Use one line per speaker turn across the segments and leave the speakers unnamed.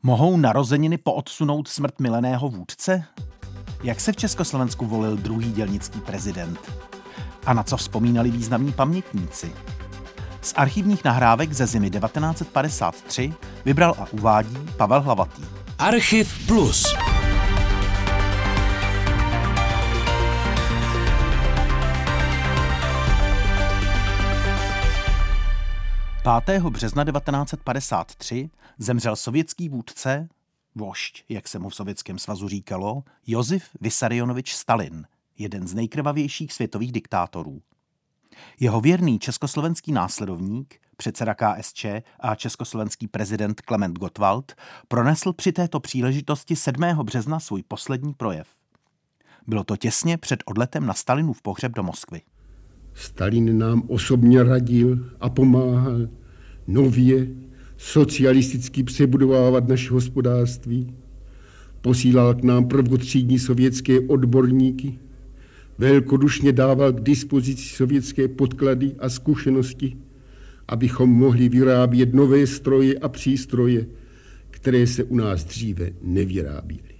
Mohou narozeniny poodsunout smrt mileného vůdce? Jak se v Československu volil druhý dělnický prezident? A na co vzpomínali významní pamětníci? Z archivních nahrávek ze zimy 1953 vybral a uvádí Pavel Hlavatý.
Archiv Plus.
Pátého března 1953 zemřel sovětský vůdce, vožď, jak se mu v Sovětském svazu říkalo, Josif Vissarionovič Stalin, jeden z nejkrvavějších světových diktátorů. Jeho věrný československý následovník, předseda KSČ a československý prezident Klement Gottwald pronesl při této příležitosti 7. března svůj poslední projev. Bylo to těsně před odletem na Stalinův pohřeb do Moskvy.
Stalin nám osobně radil a pomáhal nově socialisticky přebudovávat naše hospodářství. Posílal k nám prvotřídní sovětské odborníky, velkodušně dával k dispozici sovětské podklady a zkušenosti, abychom mohli vyrábět nové stroje a přístroje, které se u nás dříve nevyráběly.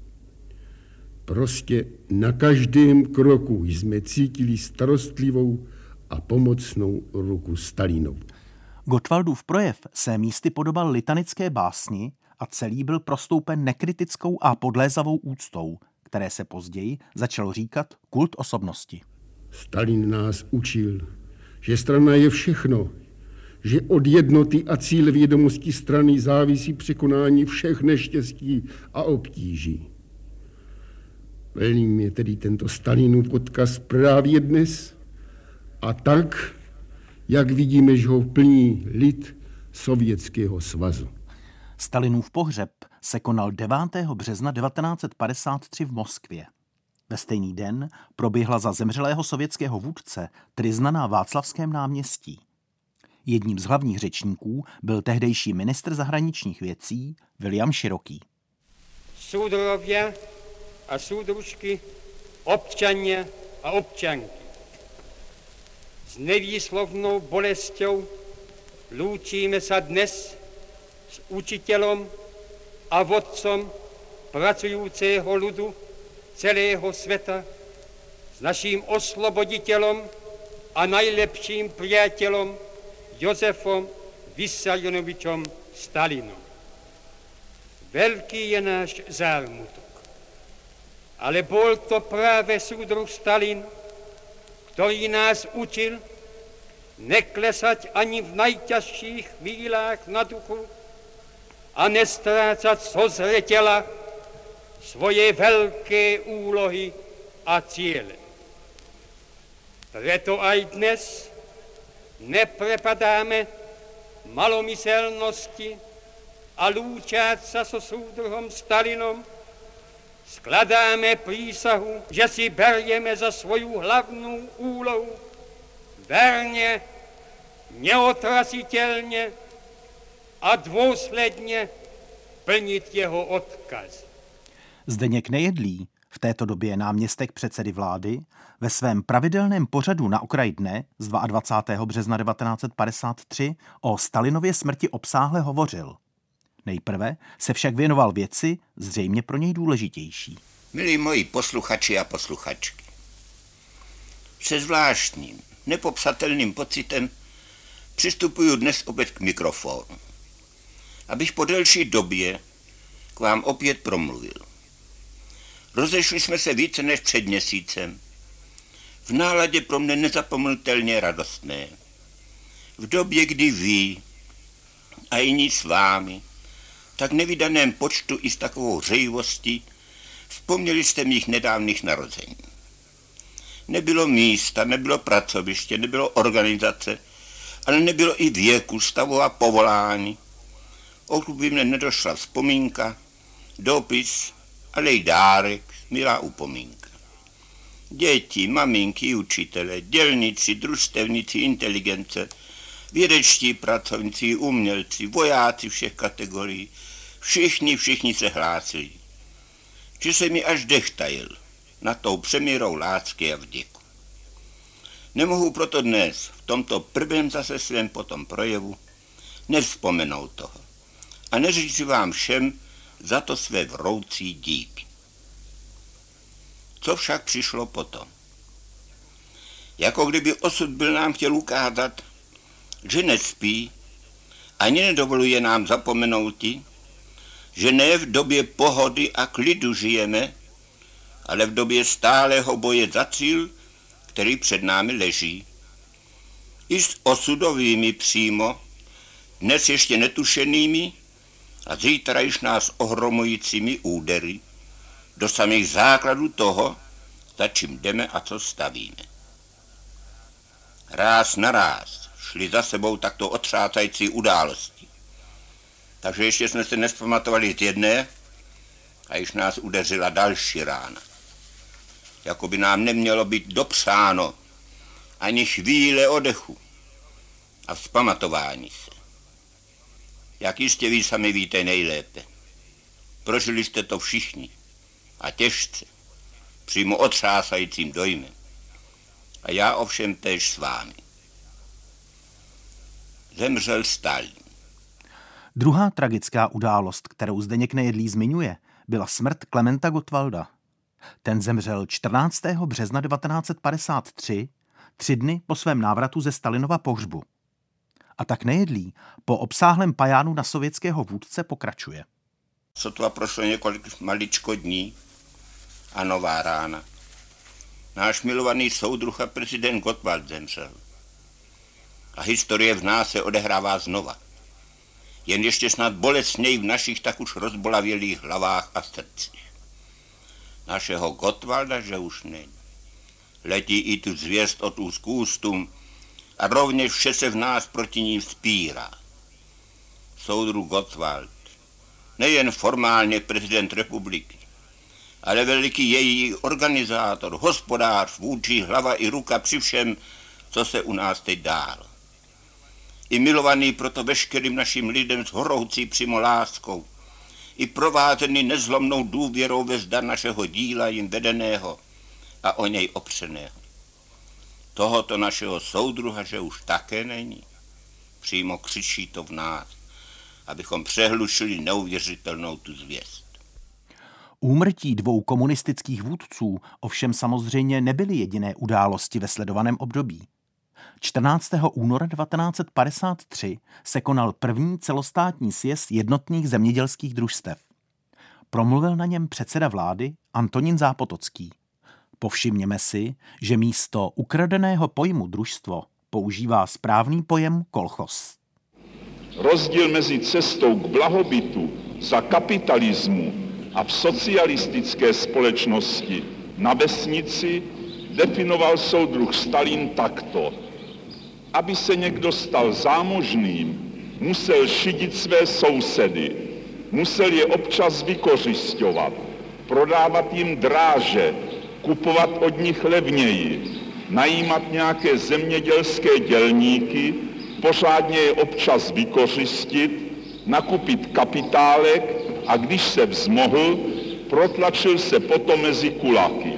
Prostě na každém kroku jsme cítili starostlivou a pomocnou ruku Stalinovu.
Gottwaldův projev se místy podobal litanické básni a celý byl prostoupen nekritickou a podlézavou úctou, které se později začalo říkat kult osobnosti.
Stalin nás učil, že strana je všechno, že od jednoty a cíle vědomosti strany závisí překonání všech neštěstí a obtíží. Plní mě tedy tento Stalinův odkaz právě dnes a tak, jak vidíme, že ho plní lid Sovětského svazu.
Stalinův pohřeb se konal 9. března 1953 v Moskvě. Ve stejný den proběhla za zemřelého sovětského vůdce tryzna na Václavském náměstí. Jedním z hlavních řečníků byl tehdejší ministr zahraničních věcí William Široký.
Soudruhovia a soudružky, občania a občanky. S nevýslovnou bolestou lúčíme sa dnes s učiteľom a vodcom pracujúceho ľudu celého sveta, s naším osloboditeľom a najlepším priateľom Josefom Vissarionovičom Stalinom. Veľký je náš zármutok. Ale bol to práve súdruh Stalin, ktorý nás učil neklesať ani v najťažších chvíľách na duchu a nestrácať zo zreteľa svoje veľké úlohy a ciele. Preto aj dnes neprepadáme malomyselnosti a lúčať sa so súdruhom Stalinom skladáme prísahu, že si berieme za svoju hlavnú úlohu verne, neotrasiteľne a dôsledne plniť jeho odkaz.
Zdeněk Nejedlý, v této době náměstek předsedy vlády, ve svém pravidelném pořadu Na okraj dne z 22. března 1953 o Stalinově smrti obsáhle hovořil. Nejprve se však věnoval věci zřejmě pro něj důležitější.
Milí moji posluchači a posluchačky, se zvláštním, nepopsatelným pocitem přistupuju dnes opět k mikrofonu, abych po delší době k vám opět promluvil. Rozešli jsme se více než před měsícem, v náladě pro mne nezapomenutelně radostné. V době, kdy vy a jiní s vámi, tak nevydaném počtu i s takovou řejvostí, vzpomněli jste mých nedávných narození. Nebylo místa, nebylo pracoviště, nebylo organizace, ale nebylo i věku, stavu a povolání. Odkud by mne nedošla vzpomínka, dopis, ale i dárek, milá upomínka. Děti, maminky, učitele, dělníci, družstevníci, inteligence, vědečtí pracovníci, umělci, vojáci všech kategorií, všichni se hlásili. Že se mi až dech tajil nad tou přemírou lásky a vděku. Nemohu proto dnes v tomto prvém zase svém potom projevu nevzpomenout toho. a neříci vám všem za to své vroucí díky. Co však přišlo potom? Jako kdyby osud byl nám chtěl ukázat, že nespí, ani nedovoluje nám zapomenouti, že ne v době pohody a klidu žijeme, ale v době stálého boje za cíl, který před námi leží. I s osudovými přímo, dnes ještě netušenými a zítra již nás ohromujícími údery do samých základů toho, za čím jdeme a co stavíme. Ráz na ráz šli za sebou takto otřásající události. Takže ještě jsme se nespamatovali z jedné a již nás udeřila další rána. Jako by nám nemělo být dopřáno ani chvíle oddechu a vzpamatování se. Jak jistě vy sami víte nejlépe. Prožili jste to všichni a těžce, přímo otřásajícím dojmem. A já ovšem též s vámi. Zemřel Stalin.
Druhá tragická událost, kterou Zdeněk Nejedlý zmiňuje, byla smrt Klementa Gottwalda. Ten zemřel 14. března 1953, 3 dny po svém návratu ze Stalinova pohřbu. A tak Nejedlý po obsáhlém pajánu na sovětského vůdce pokračuje.
Sotva prošlo několik maličko dní a nová rána. Náš milovaný soudruh a prezident Gottwald zemřel. A historie v nás se odehrává znova. Jen ještě snad bolestněji v našich tak už rozbolavělých hlavách a srdcích. Našeho Gottwalda, že už není. Letí i tu zvěst od úst k ústům a rovněž vše se v nás proti ní vzpírá. Soudruh Gottwald, nejen formálně prezident republiky, ale veliký její organizátor, hospodář, vůdčí hlava i ruka při všem, co se u nás teď dál. I milovaný proto veškerým našim lidem s horoucí přímo láskou, i provázený nezlomnou důvěrou ve zdar našeho díla jim vedeného a o něj opřeného. Tohoto našeho soudruha, že už také není, přímo křičí to v nás, abychom přehlušili neuvěřitelnou tu zvěst.
Úmrtí 2 komunistických vůdců ovšem samozřejmě nebyly jediné události ve sledovaném období. 14. února 1953 se konal první celostátní sjezd jednotných zemědělských družstev. Promluvil na něm předseda vlády Antonín Zápotocký. Povšimněme si, že místo ukradeného pojmu družstvo používá správný pojem kolchoz.
Rozdíl mezi cestou k blahobytu za kapitalismu a v socialistické společnosti na vesnici definoval soudruh Stalin takto. Aby se někdo stal zámožným, musel šidit své sousedy, musel je občas vykořisťovat, prodávat jim dráže, kupovat od nich levněji, najímat nějaké zemědělské dělníky, pořádně je občas vykořistit, nakupit kapitálek a když se vzmohl, protlačil se potom mezi kulaky.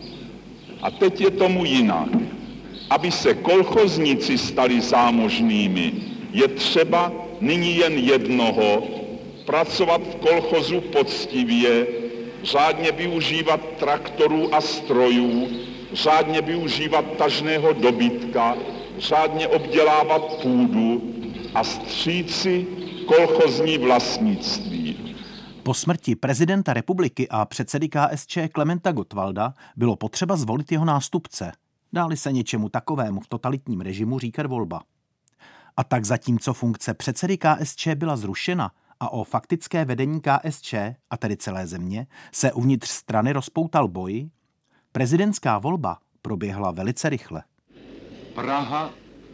A teď je tomu jinak. Aby se kolchozníci stali zámožnými, je třeba nyní jen jednoho, pracovat v kolchozu poctivě, řádně využívat traktorů a strojů, řádně využívat tažného dobytka, řádně obdělávat půdu a stříci kolchozní vlastnictví.
Po smrti prezidenta republiky a předsedy KSČ Klementa Gottwalda bylo potřeba zvolit jeho nástupce. Dáli se něčemu takovému v totalitním režimu říkat volba. A tak zatímco funkce předsedy KSČ byla zrušena a o faktické vedení KSČ, a tedy celé země, se uvnitř strany rozpoutal boj, prezidentská volba proběhla velice rychle.
Praha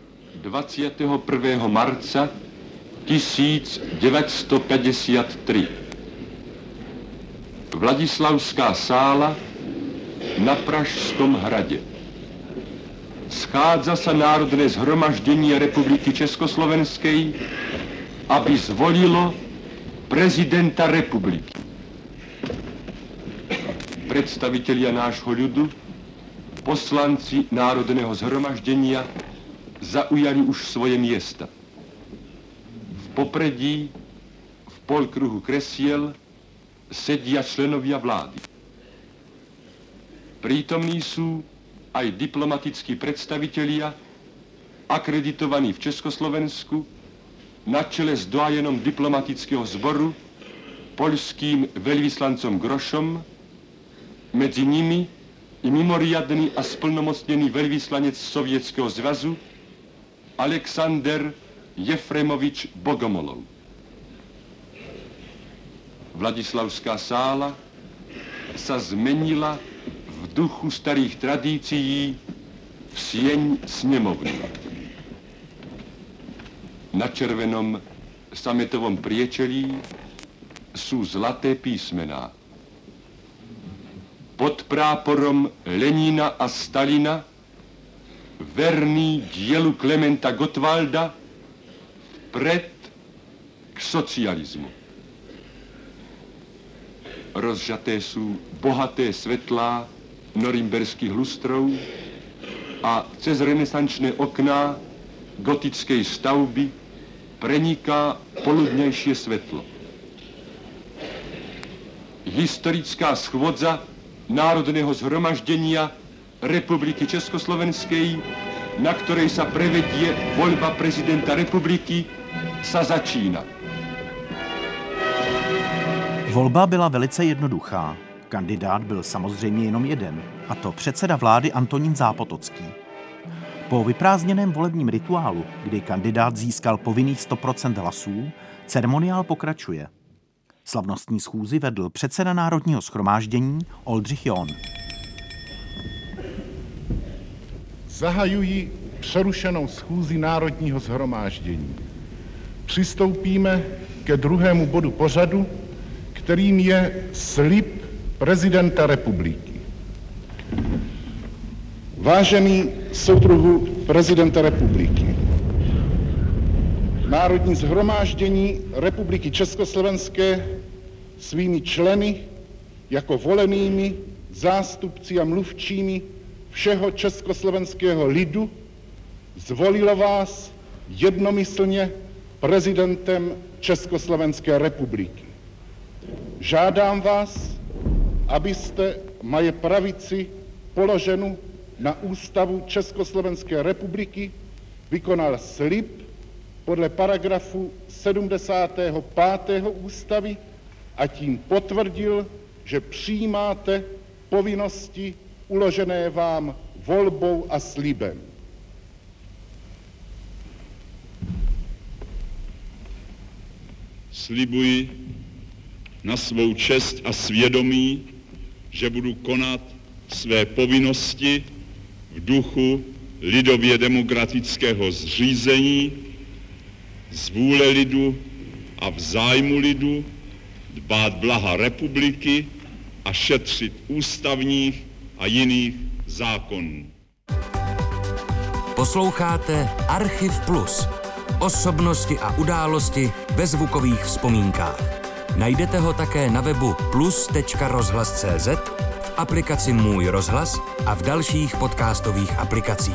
21. marca 1953. Vladislavská sála na Pražskom hradě. Schádza sa Národné zhromaždenie Republiky Československej, aby zvolilo prezidenta republiky. Predstavitelia nášho ľudu, poslanci Národného zhromaždenia, zaujali už svoje miesta. V polkruhu kresiel sedia členovia vlády. Prítomní sú aj diplomatickí predstavitelia, akreditovaní v Československu, na čele s doajenom diplomatického zboru, poľským veľvyslancom Grošom, medzi nimi i mimoriadny a splnomocnený veľvyslanec Sovietskeho zväzu Alexander Jefremovič Bogomolov. Vladislavská sála sa zmenila v duchu starých tradícií v sieň snemovny. Na červenom sametovom priečelí sú zlaté písmená. Pod práporom Lenína a Stalina, verný dielu Klementa Gottwalda, vpred k socializmu. Rozžaté sú bohaté svetlá norimberských lustrov a cez renesančné okná gotickej stavby preniká poludnejšie svetlo. Historická schôdza Národného zhromaždenia Republiky Československej, na ktorej sa prevedie voľba prezidenta republiky, sa začína.
Volba byla velice jednoduchá. Kandidát byl samozřejmě jenom jeden, a to předseda vlády Antonín Zápotocký. Po vyprázdněném volebním rituálu, kdy kandidát získal povinných 100% hlasů, ceremoniál pokračuje. Slavnostní schůzi vedl předseda Národního shromáždění Oldřich John.
Zahajuji přerušenou schůzi Národního shromáždění. Přistoupíme ke druhému bodu pořadu, kterým je slib prezidenta republiky. Vážený soudruhu prezidenta republiky, Národní shromáždění Republiky Československé svými členy jako volenými zástupci a mluvčími všeho československého lidu zvolilo vás jednomyslně prezidentem Československé republiky. Žádám vás, abyste moje pravici položenou na Ústavu Československé republiky vykonal slib podle paragrafu 75. Ústavy a tím potvrdil, že přijímáte povinnosti uložené vám volbou a slibem.
Slibuji na svou čest a svědomí, že budu konat své povinnosti v duchu lidově demokratického zřízení, z vůle lidu a v zájmu lidu, dbát blaha republiky a šetřit ústavních a jiných zákonů.
Posloucháte Archiv Plus. Osobnosti a události ve zvukových vzpomínkách. Najdete ho také na webu plus.rozhlas.cz, v aplikaci Můj rozhlas a v dalších podcastových aplikacích.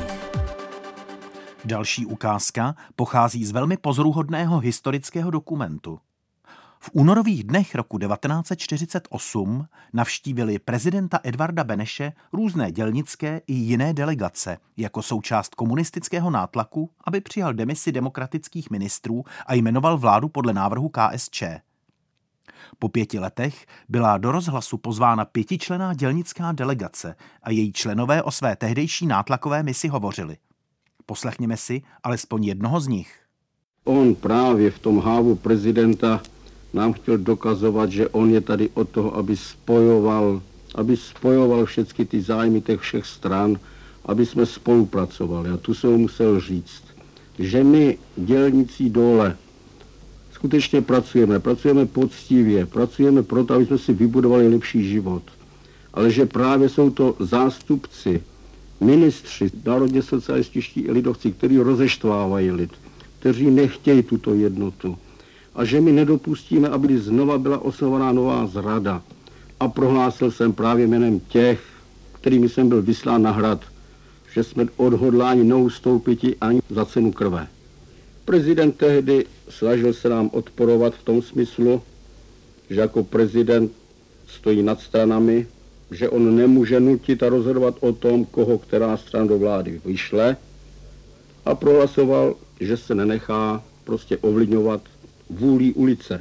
Další ukázka pochází z velmi pozoruhodného historického dokumentu. V únorových dnech roku 1948 navštívili prezidenta Edvarda Beneše různé dělnické i jiné delegace jako součást komunistického nátlaku, aby přijal demisi demokratických ministrů a jmenoval vládu podle návrhu KSČ. Po 5 letech byla do rozhlasu pozvána 5členná dělnická delegace a její členové o své tehdejší nátlakové misi hovořili. Poslechněme si alespoň jednoho z nich.
On právě v tom hávu prezidenta nám chtěl dokazovat, že on je tady od toho, aby spojoval všechny ty zájmy těch všech stran, aby jsme spolupracovali. A tu se mu musel říct, že my, dělníci dole, skutečně pracujeme poctivě, pracujeme proto, aby jsme si vybudovali lepší život. Ale že právě jsou to zástupci, ministři, národně socialističtí lidovci, kteří rozeštvávají lid, kteří nechtějí tuto jednotu. A že my nedopustíme, aby znova byla osnovaná nová zrada. A prohlásil jsem právě jménem těch, kterými jsem byl vyslán na hrad, že jsme odhodláni neustoupit ani za cenu krve. prezident tehdy snažil se nám odporovat v tom smyslu, že jako prezident stojí nad stranami, že on nemůže nutit a rozhodovat o tom, koho která strana do vlády vyšle, a prohlasoval, že se nenechá prostě ovlivňovat vůlí ulice.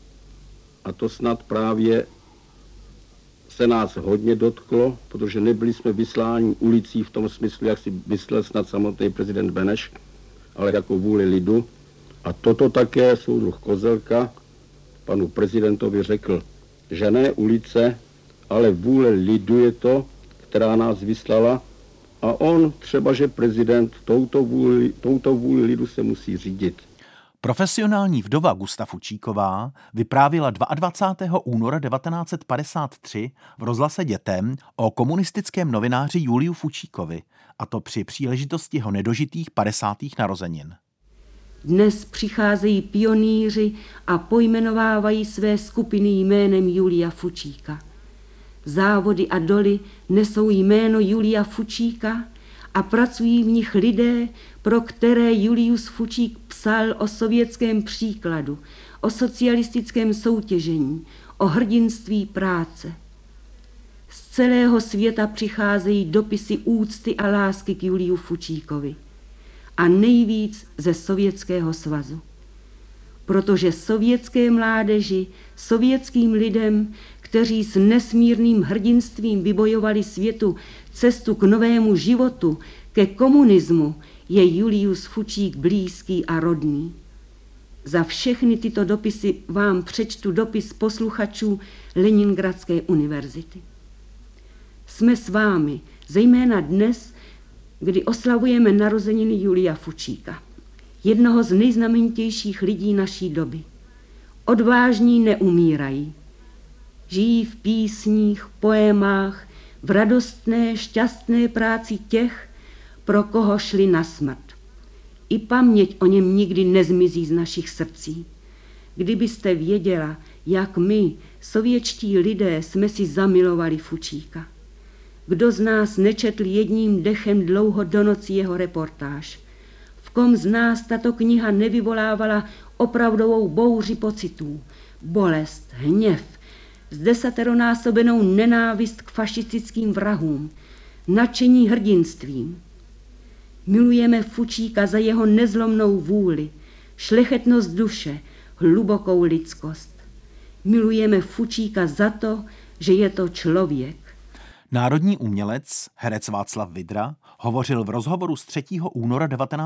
A to snad právě se nás hodně dotklo, protože nebyli jsme vysláni ulicí v tom smyslu, jak si myslel snad samotný prezident Beneš, ale jako vůli lidu. A toto také soudruh Kozelka panu prezidentovi řekl, že ne ulice, ale vůle lidu je to, která nás vyslala, a on, třeba že prezident, touto vůli lidu se musí řídit.
Profesionální vdova Gusta Fučíková vyprávila 22. února 1953 v rozhlase Dětem o komunistickém novináři Juliu Fučíkovi, a to při příležitosti jeho nedožitých 50. narozenin.
Dnes přicházejí pionýři a pojmenovávají své skupiny jménem Julia Fučíka. Závody a doly nesou jméno Julia Fučíka a pracují v nich lidé, pro které Julius Fučík psal o sovětském příkladu, o socialistickém soutěžení, o hrdinství práce. Z celého světa přicházejí dopisy úcty a lásky k Juliu Fučíkovi. A nejvíc ze Sovětského svazu. Protože sovětské mládeži, sovětským lidem, kteří s nesmírným hrdinstvím vybojovali světu cestu k novému životu, ke komunismu, je Julius Fučík blízký a rodný. Za všechny tyto dopisy vám přečtu dopis posluchačů Leningradské univerzity. Jsme s vámi, zejména dnes, kdy oslavujeme narozeniny Julia Fučíka, jednoho z nejznamenitějších lidí naší doby. Odvážní neumírají. Žijí v písních, poémách, v radostné, šťastné práci těch, pro koho šli na smrt. I paměť o něm nikdy nezmizí z našich srdcí. Kdybyste věděla, jak my, sovětští lidé, jsme si zamilovali Fučíka. Kdo z nás nečetl jedním dechem dlouho do noci jeho reportáž? V kom z nás tato kniha nevyvolávala opravdovou bouři pocitů, bolest, hněv, s desateronásobenou nenávist k fašistickým vrahům, nadšení hrdinstvím? Milujeme Fučíka za jeho nezlomnou vůli, šlechetnost duše, hlubokou lidskost. Milujeme Fučíka za to, že je to člověk.
Národní umělec, herec Václav Vydra, hovořil v rozhovoru z 3. února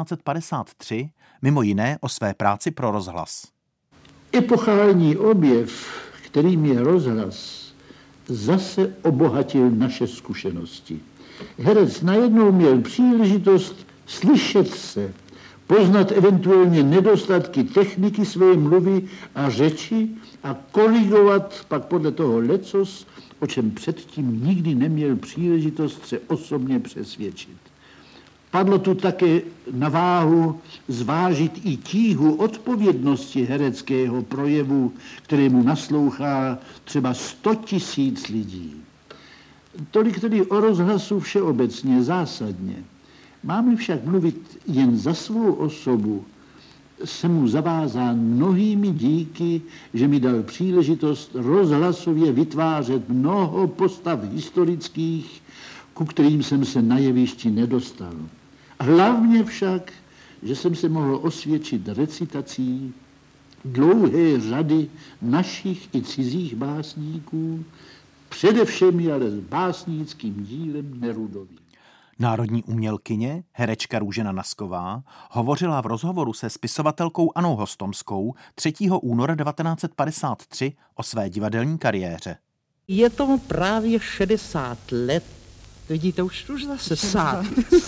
1953 mimo jiné o své práci pro rozhlas.
Epochální objev, kterým je rozhlas, zase obohatil naše zkušenosti. Herec najednou měl příležitost slyšet se, poznat eventuálně nedostatky techniky své mluvy a řeči a korigovat pak podle toho lecos, o čem předtím nikdy neměl příležitost se osobně přesvědčit. Padlo tu také na váhu zvážit i tíhu odpovědnosti hereckého projevu, kterému naslouchá třeba 100 000 lidí. Tolik tedy o rozhlasu všeobecně, zásadně. Mám-li však mluvit jen za svou osobu, jsem mu zavázán mnohými díky, že mi dal příležitost rozhlasově vytvářet mnoho postav historických, ku kterým jsem se na jevišti nedostal. Hlavně však, že jsem se mohl osvědčit recitací dlouhé řady našich i cizích básníků, především ale s básnickým dílem Nerudovým.
Národní umělkyně, herečka Růžena Nasková, hovořila v rozhovoru se spisovatelkou Annou Hostomskou 3. února 1953 o své divadelní kariéře.
Je tomu právě 60 let, vidíte, už zase sád,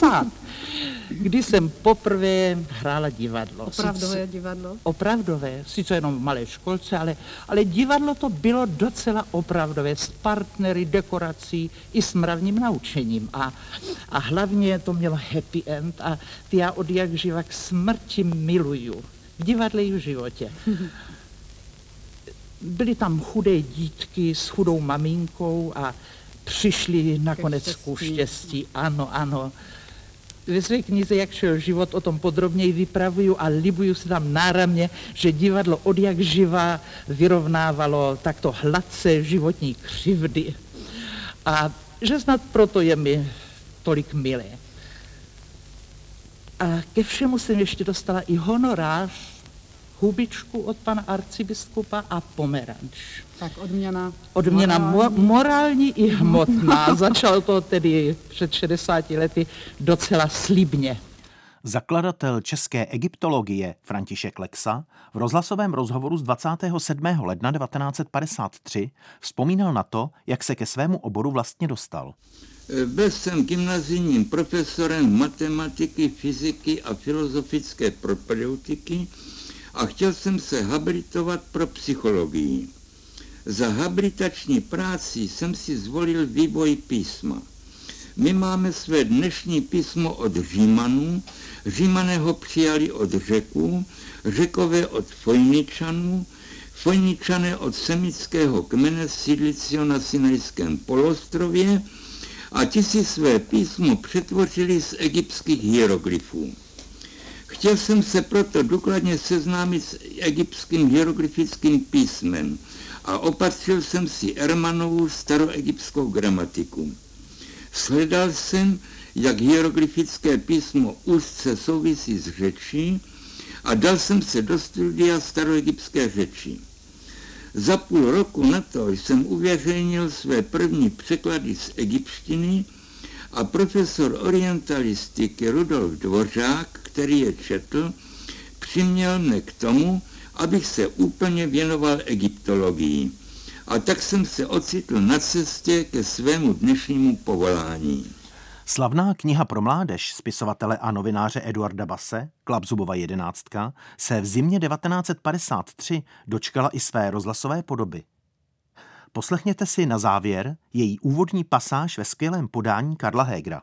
kdy jsem poprvé hrála divadlo.
Opravdové divadlo?
Opravdové, sice jenom v malé školce, ale divadlo to bylo docela opravdové, s partnery, dekorací i s mravním naučením. A hlavně to mělo happy end a ty já od jak živa k smrti miluju. V divadle i v životě. Byly tam chudé dítky s chudou maminkou a přišli nakonec ku štěstí. Ano. ve své knize Jak šel život o tom podrobněji vypravuju a libuju se tam náramně, že divadlo od jak živa vyrovnávalo takto hladce životní křivdy. A že snad proto je mi tolik milé. A ke všemu jsem ještě dostala i honorář, hubičku od pana arcibiskupa a pomeranč.
Tak odměna.
Odměna morální i hmotná. Začalo to tedy před 60 lety docela slibně.
Zakladatel české egyptologie František Lexa v rozhlasovém rozhovoru z 27. ledna 1953 vzpomínal na to, jak se ke svému oboru vlastně dostal.
Byl jsem gymnazijním profesorem matematiky, fyziky a filozofické propedeutiky a chtěl jsem se habilitovat pro psychologii. Za habilitační práci jsem si zvolil vývoj písma. My máme své dnešní písmo od Římanů, Římané ho přijali od Řeků, Řekové od Fojničanů, Fojničané od semického kmene sídlícího na Sinajském poloostrově a ti si své písmo přetvořili z egyptských hieroglyfů. Chtěl jsem se proto důkladně seznámit s egyptským hieroglyfickým písmem a opatřil jsem si Ermanovu staroegyptskou gramatiku. Sledal jsem, jak hieroglyfické písmo úzce souvisí s řečí a dal jsem se do studia staroegyptské řeči. Za půl roku na to jsem uveřejnil své první překlady z egyptštiny a profesor orientalistiky Rudolf Dvořák, který je četl, přiměl mne k tomu, abych se úplně věnoval egyptologii. A tak jsem se ocitl na cestě ke svému dnešnímu povolání.
Slavná kniha pro mládež spisovatele a novináře Eduarda Basse, Klapzubova 11, se v zimě 1953 dočkala i své rozhlasové podoby. Poslechněte si na závěr její úvodní pasáž ve skvělém podání Karla Hégera.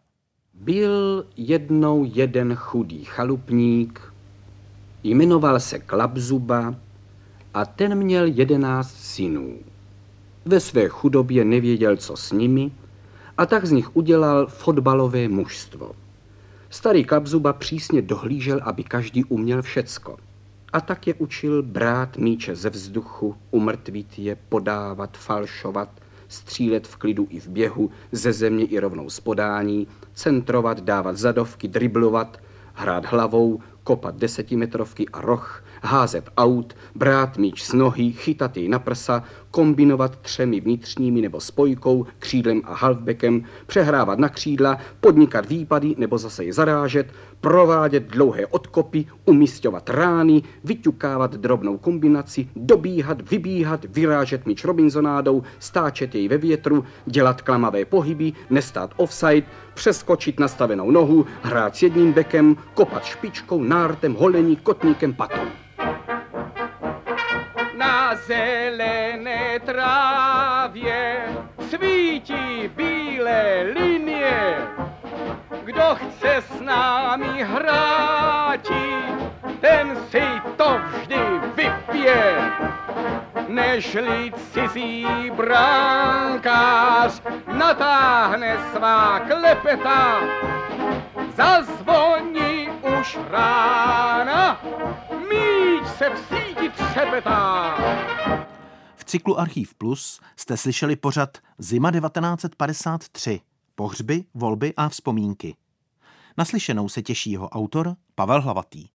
Byl jednou jeden chudý chalupník, jmenoval se Klapzuba a ten měl 11 synů. Ve své chudobě nevěděl, co s nimi, a tak z nich udělal fotbalové mužstvo. Starý Klapzuba přísně dohlížel, aby každý uměl všecko. A tak je učil brát míče ze vzduchu, umrtvit je, podávat, falšovat, střílet v klidu i v běhu, ze země i rovnou z podání, centrovat, dávat zadovky, driblovat, hrát hlavou, kopat 10metrovky a roh, házet aut, brát míč z nohy, chytat jej na prsa, kombinovat 3 vnitřními nebo spojkou, křídlem a halfbackem, přehrávat na křídla, podnikat výpady nebo zase je zarážet, provádět dlouhé odkopy, umísťovat rány, vyťukávat drobnou kombinaci, dobíhat, vybíhat, vyrážet míč Robinsonádou, stáčet jej ve větru, dělat klamavé pohyby, nestát offside, přeskočit nastavenou nohu, hrát s jedním bekem, kopat špičkou, nártem, holení, kotníkem, patou.
Na zelené trávě svítí bílé linie. Kdo chce s námi hráti, ten si to vždy vypije. Nežli cizí brankář natáhne svá klepeta, zazvoní už rána, míč se v síti třepetá.
V cyklu Archiv Plus jste slyšeli pořad Zima 1953. Pohřby, volby a vzpomínky. Naslyšenou se těší jeho autor Pavel Hlavatý.